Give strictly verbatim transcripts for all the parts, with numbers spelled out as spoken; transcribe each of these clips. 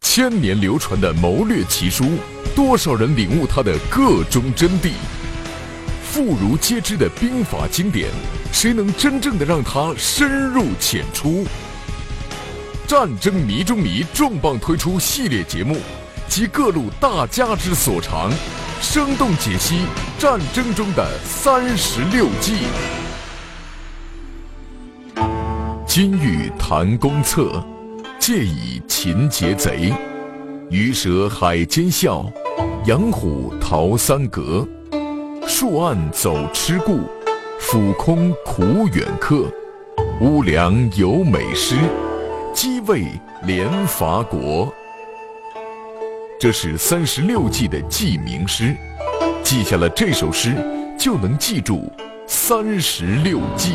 千年流传的谋略奇书，多少人领悟它的各中真谛？妇孺皆知的兵法经典，谁能真正的让它深入浅出？战争迷中迷重磅推出系列节目，集各路大家之所长，生动解析战争中的三十六计。金玉谈公策，借以擒劫贼；鱼蛇海间笑，养虎逃三阁。树暗走痴故，俯空苦远客。乌梁有美诗，击魏连伐国。这是三十六计的记名诗，记下了这首诗，就能记住三十六计。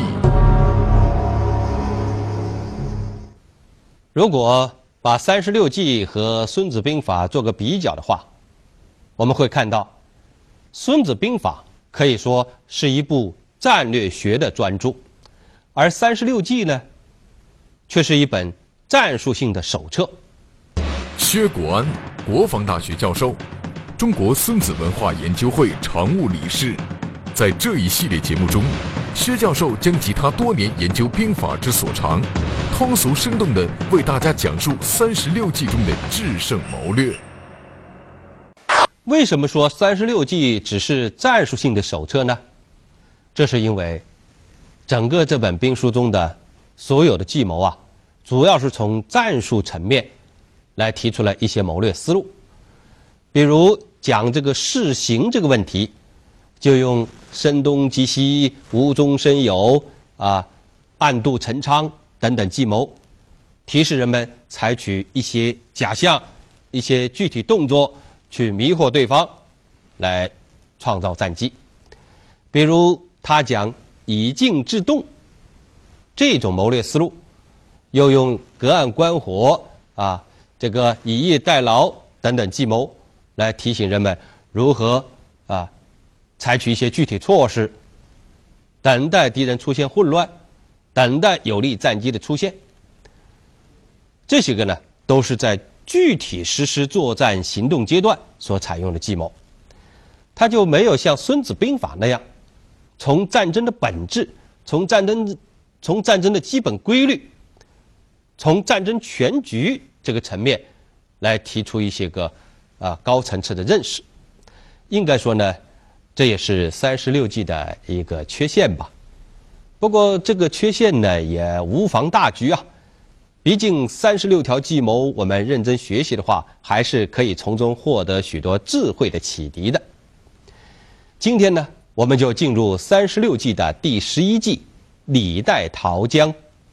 如果把三十六计和《孙子兵法》做个比较的话，我们会看到，《孙子兵法》可以说是一部战略学的专著，而三十六计呢，却是一本战术性的手册。 薛国安，国防大学教授，中国孙子文化研究会常务理事。在这一系列节目中，薛教授将集他多年研究兵法之所长，通俗生动地为大家讲述三十六计中的制胜谋略。 为什么说三十六计只是战术性的手册呢？这是因为整个这本兵书中的所有的计谋啊，主要是从战术层面来提出来一些谋略思路。比如讲这个事行这个问题，就用声东击西、无中生有啊、暗度陈仓等等计谋，提示人们采取一些假象、一些具体动作去迷惑对方，来创造战机。比如他讲以静制动这种谋略思路，又用隔岸观火啊，这个以逸待劳等等计谋来提醒人们如何啊采取一些具体措施，等待敌人出现混乱，等待有利战机的出现。这些个呢，都是在具体实施作战行动阶段所采用的计谋，它就没有像《孙子兵法》那样，从战争的本质、从战争、从战争的基本规律、从战争全局这个层面来提出一些个啊高层次的认识。应该说呢，这也是三十六计的一个缺陷吧。不过这个缺陷呢，也无妨大局啊。毕竟三十六条计谋，我们认真学习的话，还是可以从中获得许多智慧的启迪的。今天呢，我们就进入三十六计的第十一计——李代桃僵。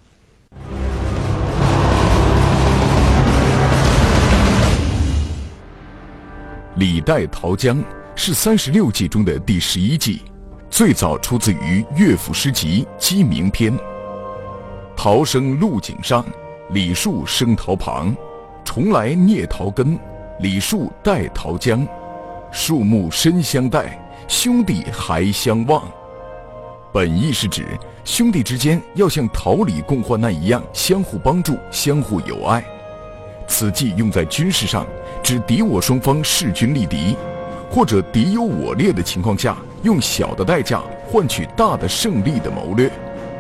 李代桃僵是三十六计中的第十一计，最早出自于乐府诗集《鸡鸣篇》。桃生鹿颈上，李树生桃旁。重来蹑桃根，李树代桃僵。树木深相待，兄弟还相望。本意是指兄弟之间要像桃李共患难一样相互帮助、相互友爱。此计用在军事上，指敌我双方势均力敌，或者敌有我劣的情况下，用小的代价换取大的胜利的谋略。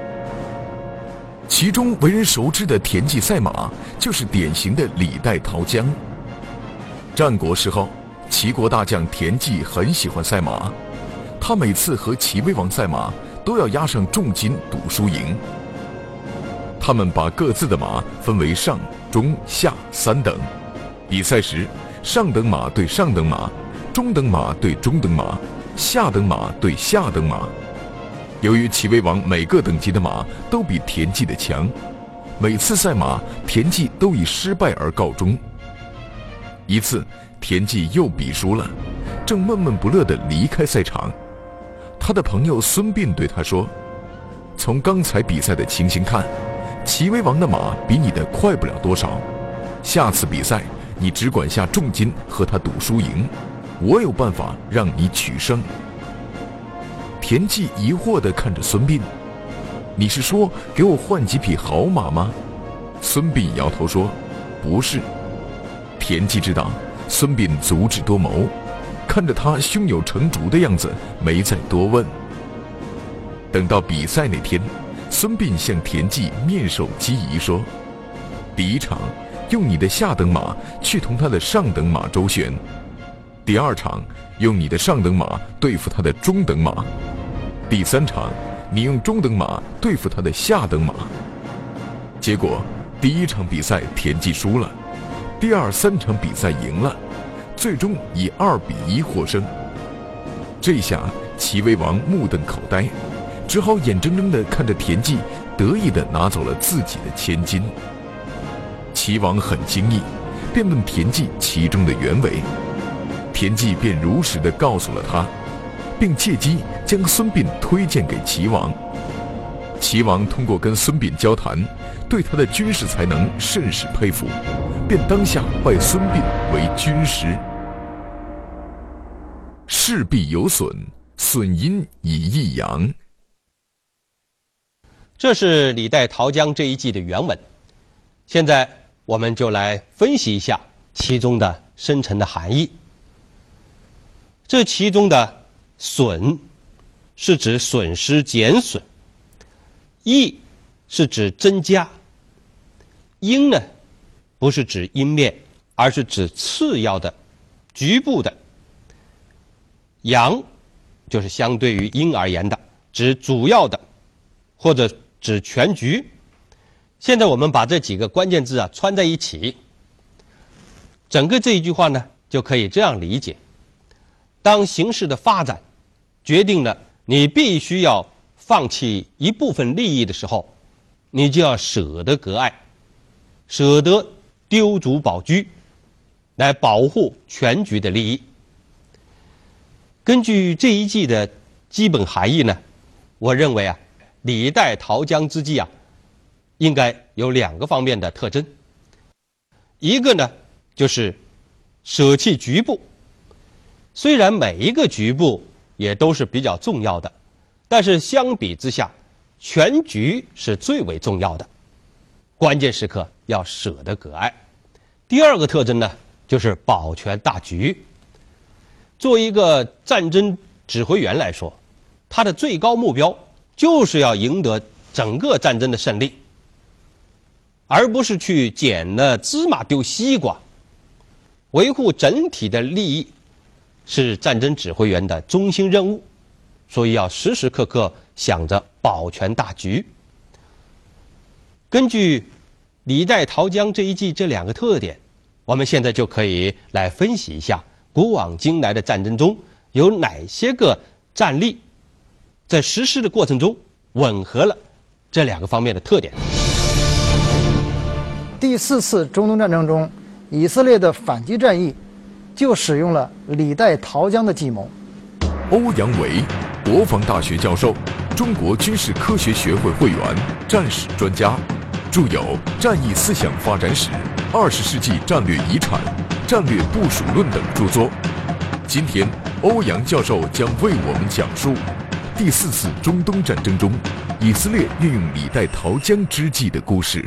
其中为人熟知的田忌赛马，就是典型的李代桃僵。战国时候，齐国大将田忌很喜欢赛马，他每次和齐威王赛马都要押上重金赌输赢。他们把各自的马分为上、中、下三等，比赛时上等马对上等马，中等马对中等马，下等马对下等马。由于齐威王每个等级的马都比田忌的强，每次赛马田忌都以失败而告终。一次田忌又比输了，正闷闷不乐地离开赛场，他的朋友孙膑对他说：从刚才比赛的情形看，齐威王的马比你的快不了多少，下次比赛你只管下重金和他赌输赢，我有办法让你取胜。田忌疑惑地看着孙膑：你是说给我换几匹好马吗？孙膑摇头说：不是。田田忌知道孙膑足智多谋，看着他胸有成竹的样子，没再多问。等到比赛那天，孙膑向田忌面授机宜说：“第一场用你的下等马去同他的上等马周旋，第二场用你的上等马对付他的中等马，第三场你用中等马对付他的下等马。”结果第一场比赛田忌输了，第二三场比赛赢了，最终以二比一获胜。这下齐威王目瞪口呆，只好眼睁睁地看着田忌得意地拿走了自己的千金。齐王很惊异，便问田忌其中的原委，田忌便如实地告诉了他，并借机将孙膑推荐给齐王。齐王通过跟孙膑交谈，对他的军事才能甚是佩服，便当下拜孙膑为军师。势必有损，损阴以益阳。 这是李代桃僵这一计的原文。现在我们就来分析一下其中的深层的含义。这其中的损是指损失减损，益是指增加，阴呢不是指阴面，而是指次要的、局部的，阳就是相对于阴而言的，指主要的，或者指全局。现在我们把这几个关键字啊串在一起，整个这一句话呢就可以这样理解：当形势的发展决定了你必须要放弃一部分利益的时候，你就要舍得割爱，舍得丢卒保车，来保护全局的利益。根据这一计的基本含义呢，我认为啊，李代桃僵之计啊，应该有两个方面的特征。一个呢，就是舍弃局部，虽然每一个局部也都是比较重要的，但是相比之下，全局是最为重要的，关键时刻要舍得割爱。第二个特征呢，就是保全大局。作为一个战争指挥员来说，他的最高目标就是要赢得整个战争的胜利，而不是去捡了芝麻丢西瓜。维护整体的利益是战争指挥员的中心任务，所以要时时刻刻想着保全大局。根据李代桃僵这一计这两个特点，我们现在就可以来分析一下古往今来的战争中有哪些个战例在实施的过程中吻合了这两个方面的特点。 第四次中东战争中，以色列的反击战役就使用了李代桃僵的计谋。 欧阳维，国防大学教授，中国军事科学学会会员，战史专家，著有《战役思想发展史》《二十世纪战略遗产》《战略部署论》等著作。今天，欧阳教授将为我们讲述第四次中东战争中以色列运用李代桃僵之计的故事。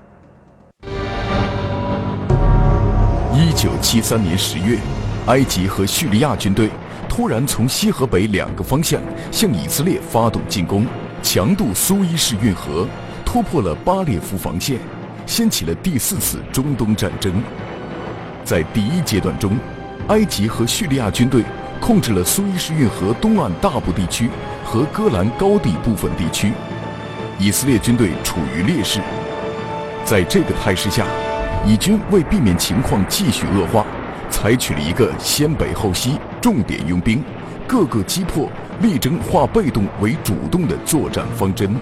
一九七三年十月，埃及和叙利亚军队突然从西和北两个方向向以色列发动进攻，强渡苏伊士运河，突破了巴列夫防线，掀起了第四次中东战争。在第一阶段中，埃及和叙利亚军队控制了苏伊士运河东岸大部地区和戈兰高地部分地区，以色列军队处于劣势。在这个态势下，以军为避免情况继续恶化，采取了一个先北后西、重点用兵、各个击破、力争化被动为主动的作战方针。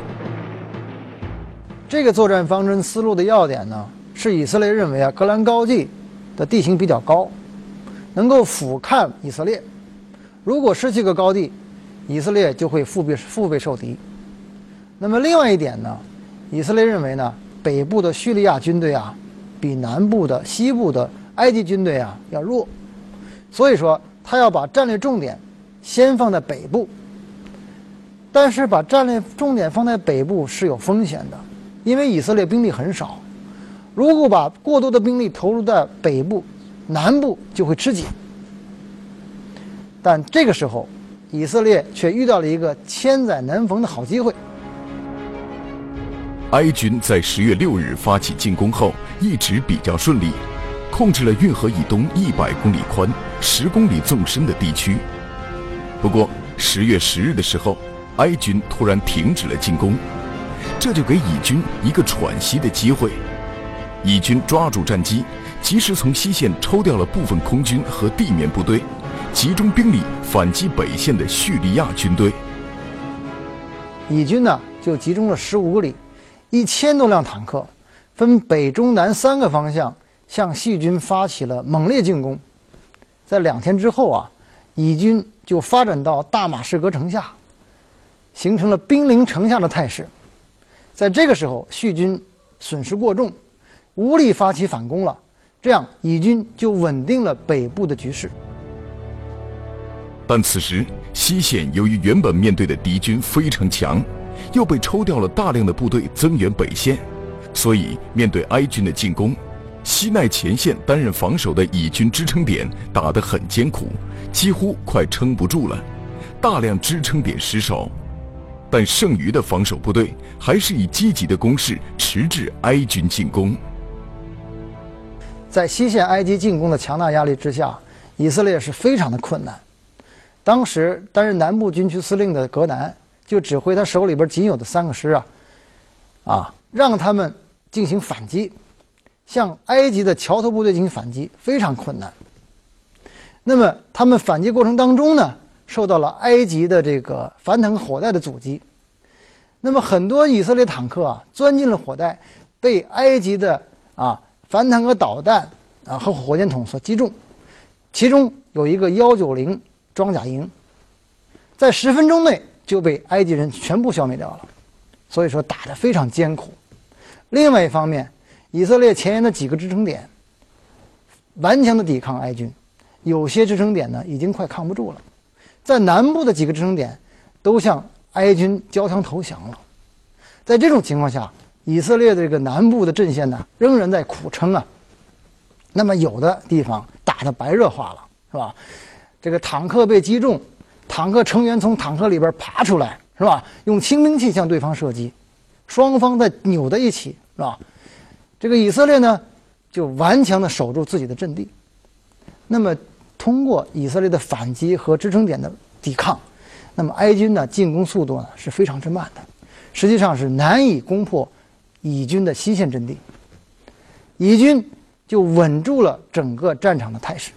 这个作战方针思路的要点呢，是以色列认为啊，戈兰高地的地形比较高，能够俯瞰以色列。如果失去个高地，以色列就会腹背腹背受敌。那么另外一点呢，以色列认为呢，北部的叙利亚军队啊，比南部的、西部的埃及军队啊要弱，所以说他要把战略重点先放在北部。但是把战略重点放在北部是有风险的，因为以色列兵力很少，如果把过多的兵力投入在北部， 南部就会吃紧。但这个时候，以色列却遇到了一个千载难逢的好机会。 埃军在十月六日发起进攻后，一直比较顺利，控制了运河以东一百公里宽、十公里纵深的地区。不过，十月十日的时候，埃军突然停止了进攻，这就给以军一个喘息的机会。以军抓住战机，及时从西线抽调了部分空军和地面部队，集中兵力反击北线的叙利亚军队。 以军呢，就集中了十五里、一千多辆坦克，分北、中、南三个方向向细军发起了猛烈进攻。在两天之后啊，以军就发展到大马士革城下，形成了兵临城下的态势。在这个时候，细军损失过重，无力发起反攻了，这样以军就稳定了北部的局势。 但此时西线由于原本面对的敌军非常强，又被抽调了大量的部队增援北线，所以面对埃军的进攻，西奈前线担任防守的以军支撑点打得很艰苦，几乎快撑不住了，大量支撑点失守。但剩余的防守部队还是以积极的攻势迟滞埃军进攻。 在西线埃及进攻的强大压力之下，以色列是非常的困难。当时担任南部军区司令的格南就指挥他手里边仅有的三个师啊，啊，让他们进行反击，向埃及的桥头部队进行反击，非常困难。那么他们反击过程当中呢，受到了埃及的这个反坦克火带的阻击。那么很多以色列坦克啊钻进了火带，被埃及的啊反坦克导弹啊和火箭筒所击中，其中有一个一九零装甲营，在十分钟内就被埃及人全部消灭掉了，所以说打得非常艰苦。另外一方面，以色列前沿的几个支撑点顽强的抵抗埃军，有些支撑点呢已经快抗不住了，在南部的几个支撑点都向埃军交枪投降了。在这种情况下，以色列的这个南部的阵线呢仍然在苦撑啊。那么有的地方打得白热化了，是吧？这个坦克被击中，坦克成员从坦克里边爬出来，是吧？用轻兵器向对方射击，双方在扭在一起，是吧？这个以色列呢就顽强地守住自己的阵地。那么通过以色列的反击和支撑点的抵抗，那么埃军呢进攻速度呢是非常之慢的，实际上是难以攻破以军的西线阵地，以军就稳住了整个战场的态势。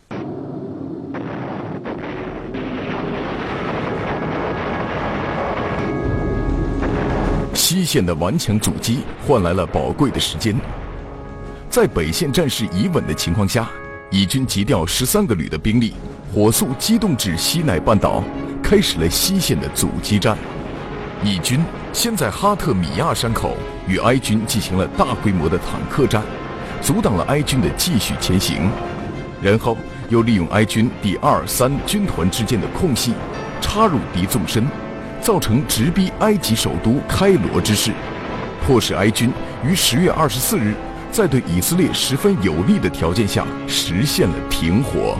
西线的顽强阻击换来了宝贵的时间，在北线战事已稳的情况下，以军急调十三个旅的兵力，火速机动至西奈半岛，开始了西线的阻击战。以军先在哈特米亚山口与埃军进行了大规模的坦克战，阻挡了埃军的继续前行，然后又利用埃军第二、三军团之间的空隙，插入敌纵深，造成直逼埃及首都开罗之势，迫使埃军于十月二十四日在对以色列十分有利的条件下实现了停火。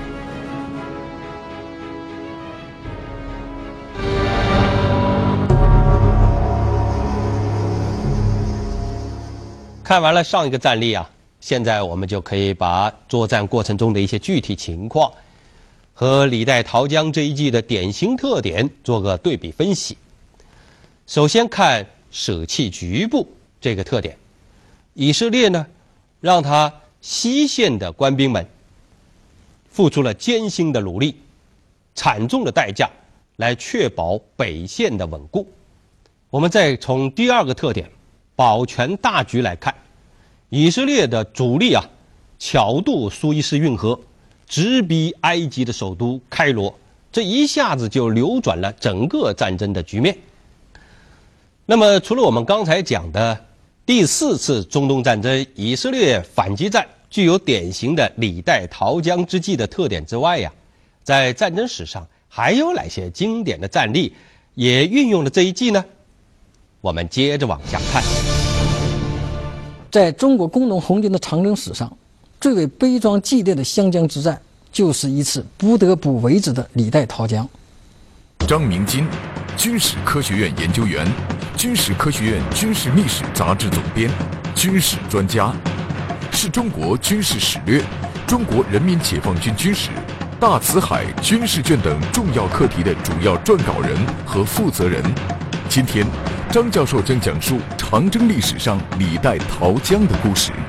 看完了上一个战例啊，现在我们就可以把作战过程中的一些具体情况和李代桃僵这一季的典型特点做个对比分析。首先看舍弃局部这个特点，以色列呢让他西线的官兵们付出了艰辛的努力，惨重的代价来确保北线的稳固。我们再从第二个特点保全大局来看，以色列的主力啊巧渡苏伊士运河，直逼埃及的首都开罗，这一下子就扭转了整个战争的局面。那么除了我们刚才讲的第四次中东战争以色列反击战具有典型的李代桃僵之计的特点之外呀，在战争史上还有哪些经典的战例也运用了这一计呢？我们接着往下看。 在中国工农红军的长征史上， 最为悲壮激烈的湘江之战，就是一次不得不为之的李代桃僵。 张明金，军事科学院研究员，军事科学院军事历史杂志总编，军事专家，是中国军事史略、中国人民解放军军史、大辞海军事卷等重要课题的主要撰稿人和负责人。今天，张教授将讲述长征历史上李代桃僵的故事。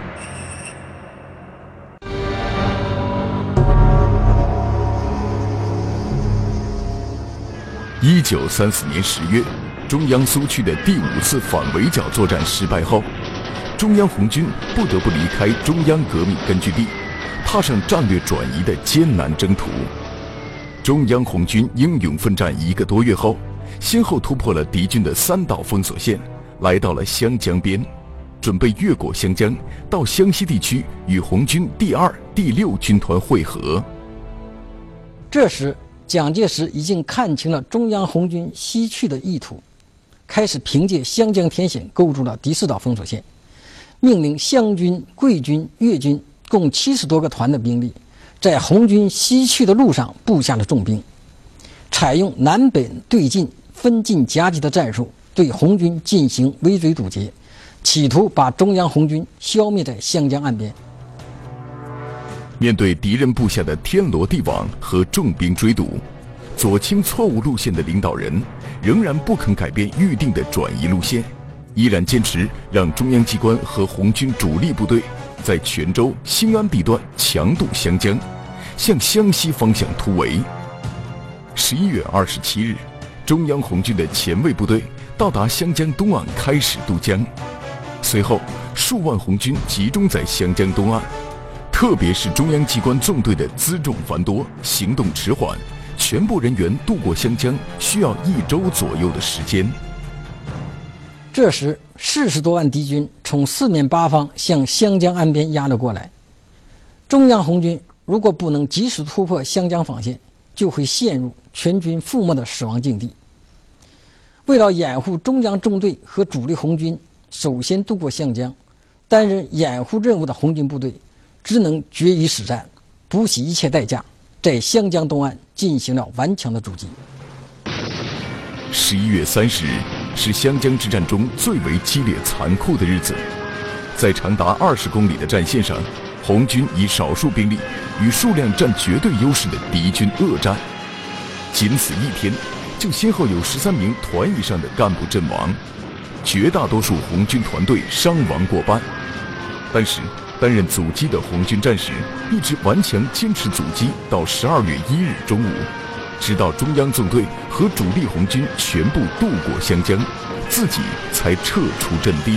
一九三四年十月，中央苏区的第五次反围剿作战失败后，中央红军不得不离开中央革命根据地，踏上战略转移的艰难征途。中央红军英勇奋战一个多月后，先后突破了敌军的三道封锁线，来到了湘江边，准备越过湘江到湘西地区与红军第二、第六军团会合。 这时蒋介石已经看清了中央红军西去的意图，开始凭借湘江天险构筑了第四道封锁线，命令湘军、桂军、粤军共七十多个团的兵力，在红军西去的路上布下了重兵，采用南北对进、分进夹击的战术，对红军进行围追堵截，企图把中央红军消灭在湘江岸边。 面对敌人布下的天罗地网和重兵追堵，左倾错误路线的领导人仍然不肯改变预定的转移路线，依然坚持让中央机关和红军主力部队在泉州、兴安地段强渡湘江，向湘西方向突围。十一月二十七日，中央红军的前卫部队到达湘江东岸，开始渡江。随后，数万红军集中在湘江东岸，特别是中央机关纵队的辎重繁多，行动迟缓，全部人员渡过湘江需要一周左右的时间。 这时，四十多万敌军从四面八方向湘江岸边压了过来。中央红军如果不能及时突破湘江防线，就会陷入全军覆没的死亡境地。为了掩护中央纵队和主力红军首先渡过湘江，担任掩护任务的红军部队只能决一死战，不惜一切代价，在湘江东岸进行了顽强的阻击。 十一月三十日是湘江之战中最为激烈残酷的日子，在长达二十公里的战线上，红军以少数兵力与数量占绝对优势的敌军恶战，仅此一天，就先后有十三名团以上的干部阵亡，绝大多数红军团队伤亡过半。但是担任阻击的红军战士一直顽强坚持阻击到十二月一日中午，直到中央纵队和主力红军全部渡过湘江，自己才撤出阵地。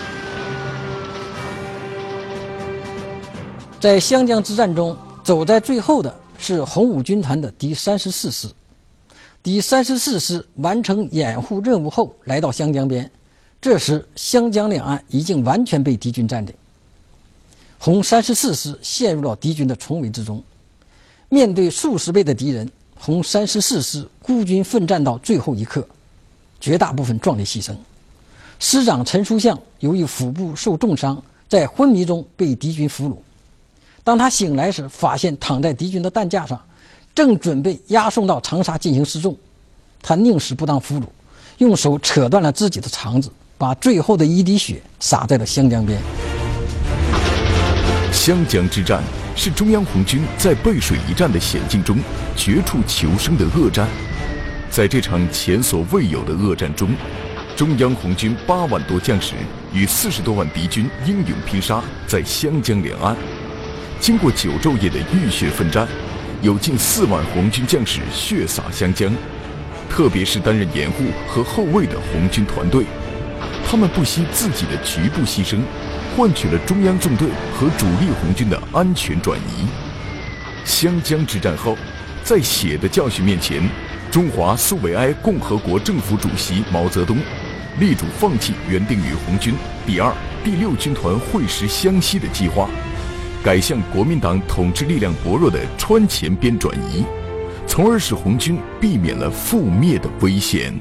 在湘江之战中，走在最后的是红五军团的第三十四师。第三十四师完成掩护任务后，来到湘江边，这时湘江两岸已经完全被敌军占领。红三十四师陷入了敌军的重围之中，面对数十倍的敌人，红三十四师孤军奋战到最后一刻，绝大部分壮烈牺牲。师长陈书相由于腹部受重伤，在昏迷中被敌军俘虏。当他醒来时，发现躺在敌军的担架上，正准备押送到长沙进行示众，他宁死不当俘虏，用手扯断了自己的肠子，把最后的一滴血洒在了湘江边。 湘江之战是中央红军在背水一战的险境中绝处求生的恶战。在这场前所未有的恶战中，中央红军八万多将士与四十多万敌军英勇拼杀在湘江两岸。经过九昼夜的浴血奋战，有近四万红军将士血洒湘江。特别是担任掩护和后卫的红军团队，他们不惜自己的局部牺牲，换取了中央纵队和主力红军的安全转移。湘江之战后，在血的教训面前，中华苏维埃共和国政府主席毛泽东力主放弃原定与红军第二、第六军团会师湘西的计划，改向国民党统治力量薄弱的川黔边转移，从而使红军避免了覆灭的危险。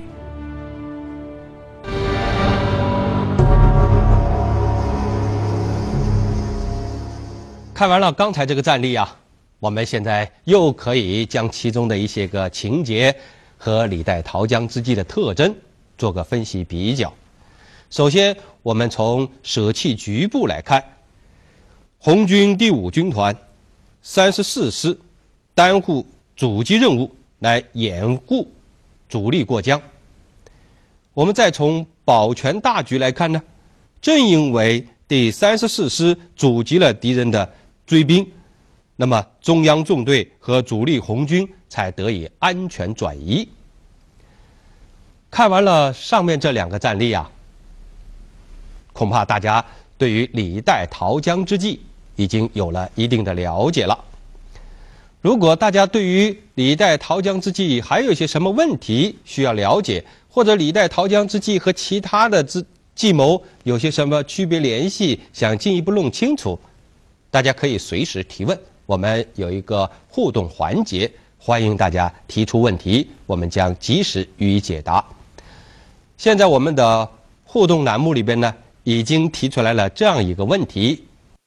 看完了刚才这个战例啊，我们现在又可以将其中的一些个情节和李代桃僵之际的特征做个分析比较。首先，我们从舍弃局部来看，红军第五军团三十四师担负阻击任务来掩护主力过江。我们再从保全大局来看呢，正因为第三十四师阻击了敌人的追兵，那么中央纵队和主力红军才得以安全转移。看完了上面这两个战例啊，恐怕大家对于李代桃僵之际已经有了一定的了解了。如果大家对于李代桃僵之际还有一些什么问题需要了解，或者李代桃僵之际和其他的之计谋有些什么区别联系，想进一步弄清楚，大家可以随时提问。我们有一个互动环节，欢迎大家提出问题，我们将及时予以解答。现在我们的互动栏目里边呢，已经提出来了这样一个问题：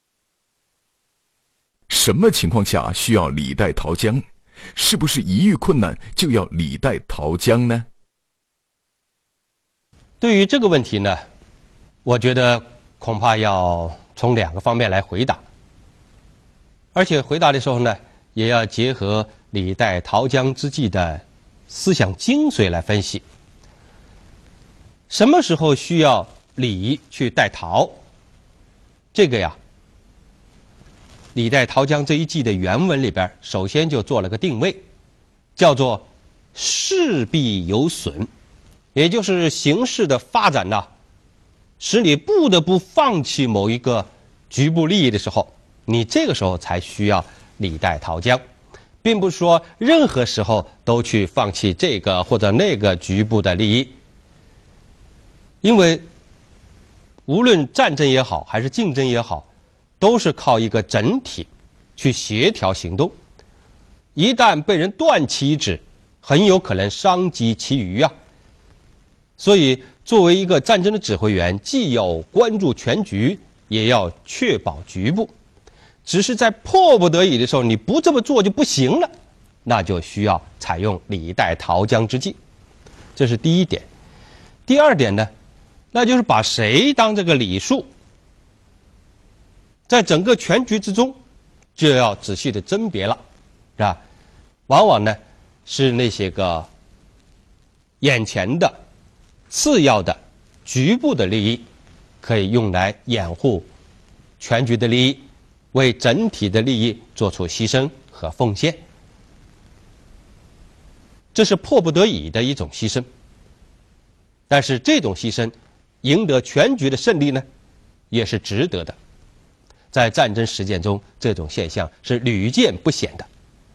什么情况下需要李代桃僵？是不是一遇困难就要李代桃僵呢？ 对于这个问题呢，我觉得恐怕要从两个方面来回答，而且回答的时候呢，也要结合李代桃僵之际的思想精髓来分析。什么时候需要李去代桃？这个呀，李代桃僵这一季的原文里边，首先就做了个定位，叫做势必有损，也就是形势的发展呢、啊，使你不得不放弃某一个局部利益的时候，你这个时候才需要李代桃僵，并不是说任何时候都去放弃这个或者那个局部的利益。因为无论战争也好，还是竞争也好，都是靠一个整体去协调行动。一旦被人断其一指，很有可能伤及其余啊。所以，作为一个战争的指挥员，既要关注全局，也要确保局部。只是在迫不得已的时候，你不这么做就不行了，那就需要采用李代桃僵之计。这是第一点。第二点呢，那就是把谁当这个李树，在整个全局之中，就要仔细的甄别了，是吧？往往呢，是那些个眼前的、次要的、局部的利益，可以用来掩护全局的利益，为整体的利益做出牺牲和奉献。这是迫不得已的一种牺牲。但是这种牺牲，赢得全局的胜利呢，也是值得的。在战争实践中，这种现象是屡见不鲜的。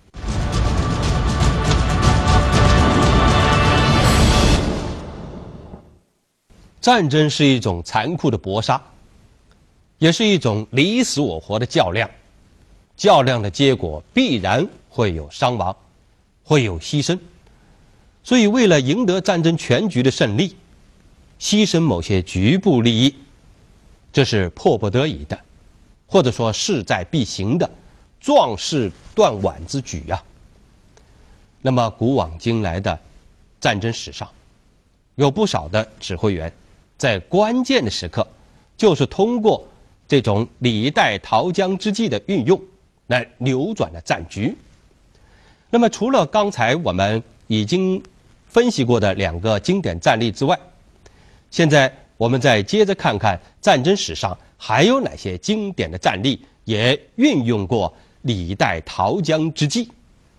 战争是一种残酷的搏杀，也是一种你死我活的较量。较量的结果必然会有伤亡，会有牺牲。所以，为了赢得战争全局的胜利，牺牲某些局部利益，这是迫不得已的，或者说势在必行的壮士断腕之举啊。那么，古往今来的战争史上，有不少的指挥员在关键的时刻，就是通过这种李代桃僵之计的运用，来扭转了战局。那么，除了刚才我们已经分析过的两个经典战例之外，现在我们再接着看看战争史上还有哪些经典的战例也运用过李代桃僵之计。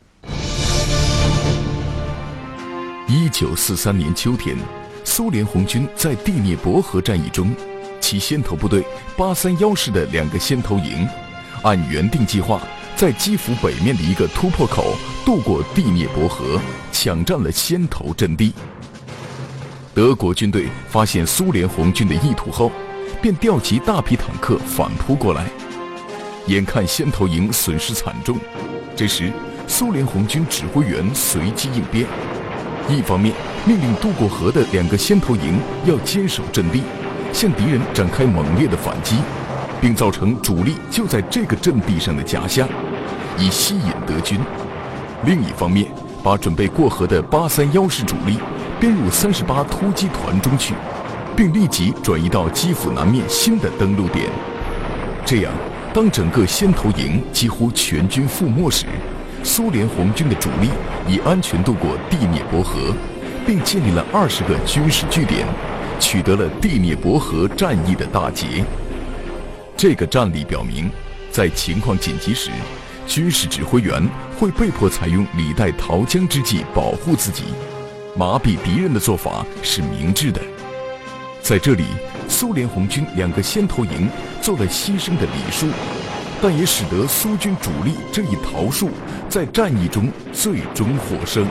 一九四三年秋天，苏联红军在第聂伯河战役中，其先头部队八三幺师的两个先头营，按原定计划，在基辅北面的一个突破口渡过第聂伯河，抢占了先头阵地。德国军队发现苏联红军的意图后，便调集大批坦克反扑过来。眼看先头营损失惨重，这时苏联红军指挥员随机应变，一方面命令渡过河的两个先头营要坚守阵地，向敌人展开猛烈的反击； 并造成主力就在这个阵地上的假象，以吸引德军。另一方面，把准备过河的八三一师主力编入三十八突击团中去，并立即转移到基辅南面新的登陆点。这样，当整个先头营几乎全军覆没时，苏联红军的主力已安全渡过第聂伯河，并建立了二十个军事据点，取得了第聂伯河战役的大捷。这个战例表明，在情况紧急时，军事指挥员会被迫采用李代桃僵之计保护自己，麻痹敌人的做法是明智的。在这里，苏联红军两个先头营做了牺牲的礼数，但也使得苏军主力这一桃树在战役中最终获胜。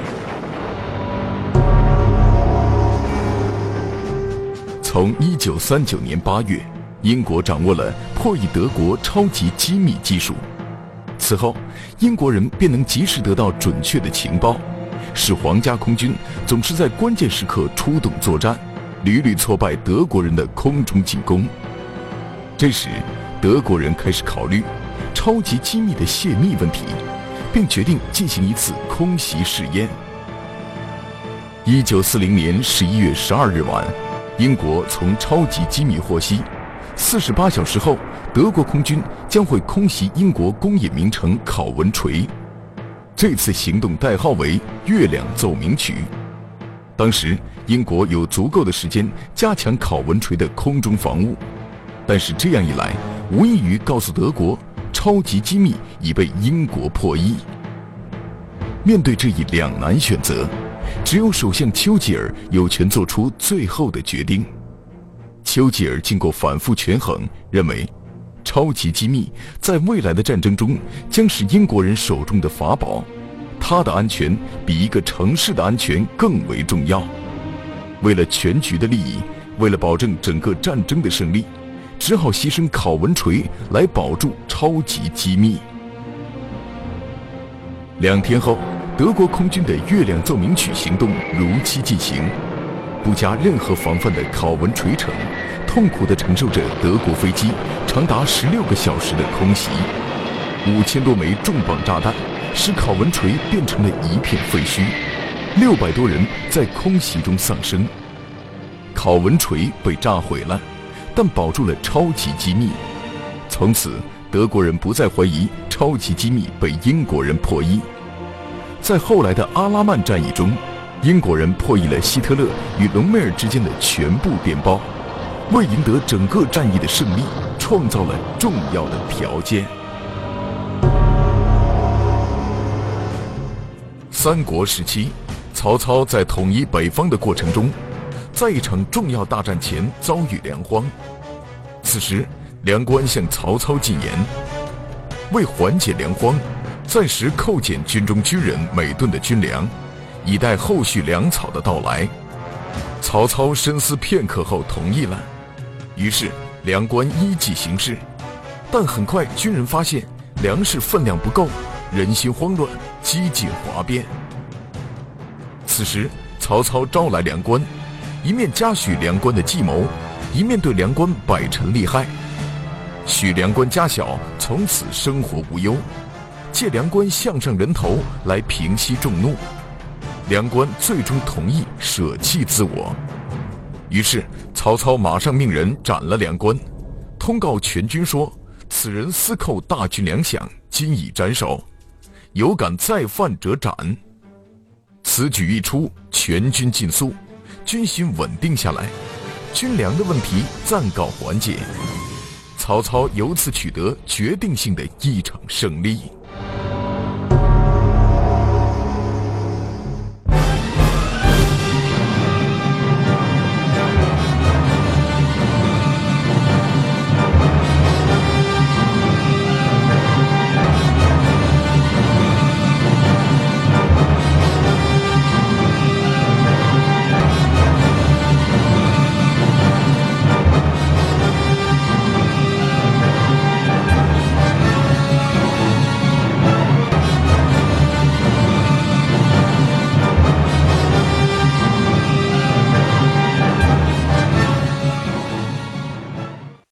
从一九三九年八月，英国掌握了破译德国超级机密技术。此后，英国人便能及时得到准确的情报，使皇家空军总是在关键时刻出动作战，屡屡挫败德国人的空中进攻。这时，德国人开始考虑超级机密的泄密问题，并决定进行一次空袭试验。一九四零年十一月十二日晚，英国从超级机密获悉，四十八小时后，德国空军将会空袭英国工业名城考文垂。这次行动代号为“月亮奏鸣曲”。当时，英国有足够的时间加强考文垂的空中防务，但是这样一来，无异于告诉德国，超级机密已被英国破译。面对这一两难选择，只有首相丘吉尔有权做出最后的决定。丘吉尔经过反复权衡，认为超级机密在未来的战争中将是英国人手中的法宝，它的安全比一个城市的安全更为重要。为了全局的利益，为了保证整个战争的胜利，只好牺牲考文垂来保住超级机密。两天后，德国空军的月亮奏鸣曲行动如期进行。不加任何防范的考文垂城，痛苦地承受着德国飞机长达十六个小时的空袭。五千多枚重磅炸弹使考文垂变成了一片废墟，六百多人在空袭中丧生。考文垂被炸毁了，但保住了超级机密。从此，德国人不再怀疑超级机密被英国人破译。在后来的阿拉曼战役中，英国人破译了希特勒与隆美尔之间的全部电报，为赢得整个战役的胜利创造了重要的条件。三国时期，曹操在统一北方的过程中，在一场重要大战前遭遇粮荒。此时，梁关向曹操进言，为缓解粮荒，暂时扣减军中军人每吨的军粮，以待后续粮草的到来。曹操深思片刻后同意了，于是梁关依计行事。但很快军人发现粮食分量不够，人心慌乱，几近哗变。此时曹操招来梁关，一面嘉许梁关的计谋，一面对梁关百陈利害，许梁关家小，从此生活无忧，借梁关项上人头来平息众怒。梁关最终同意舍弃自我。于是曹操马上命人斩了梁关，通告全军说，此人私扣大军粮饷，今已斩首，有敢再犯者斩。此举一出，全军尽肃，军心稳定下来，军粮的问题暂告缓解。曹操由此取得决定性的一场胜利。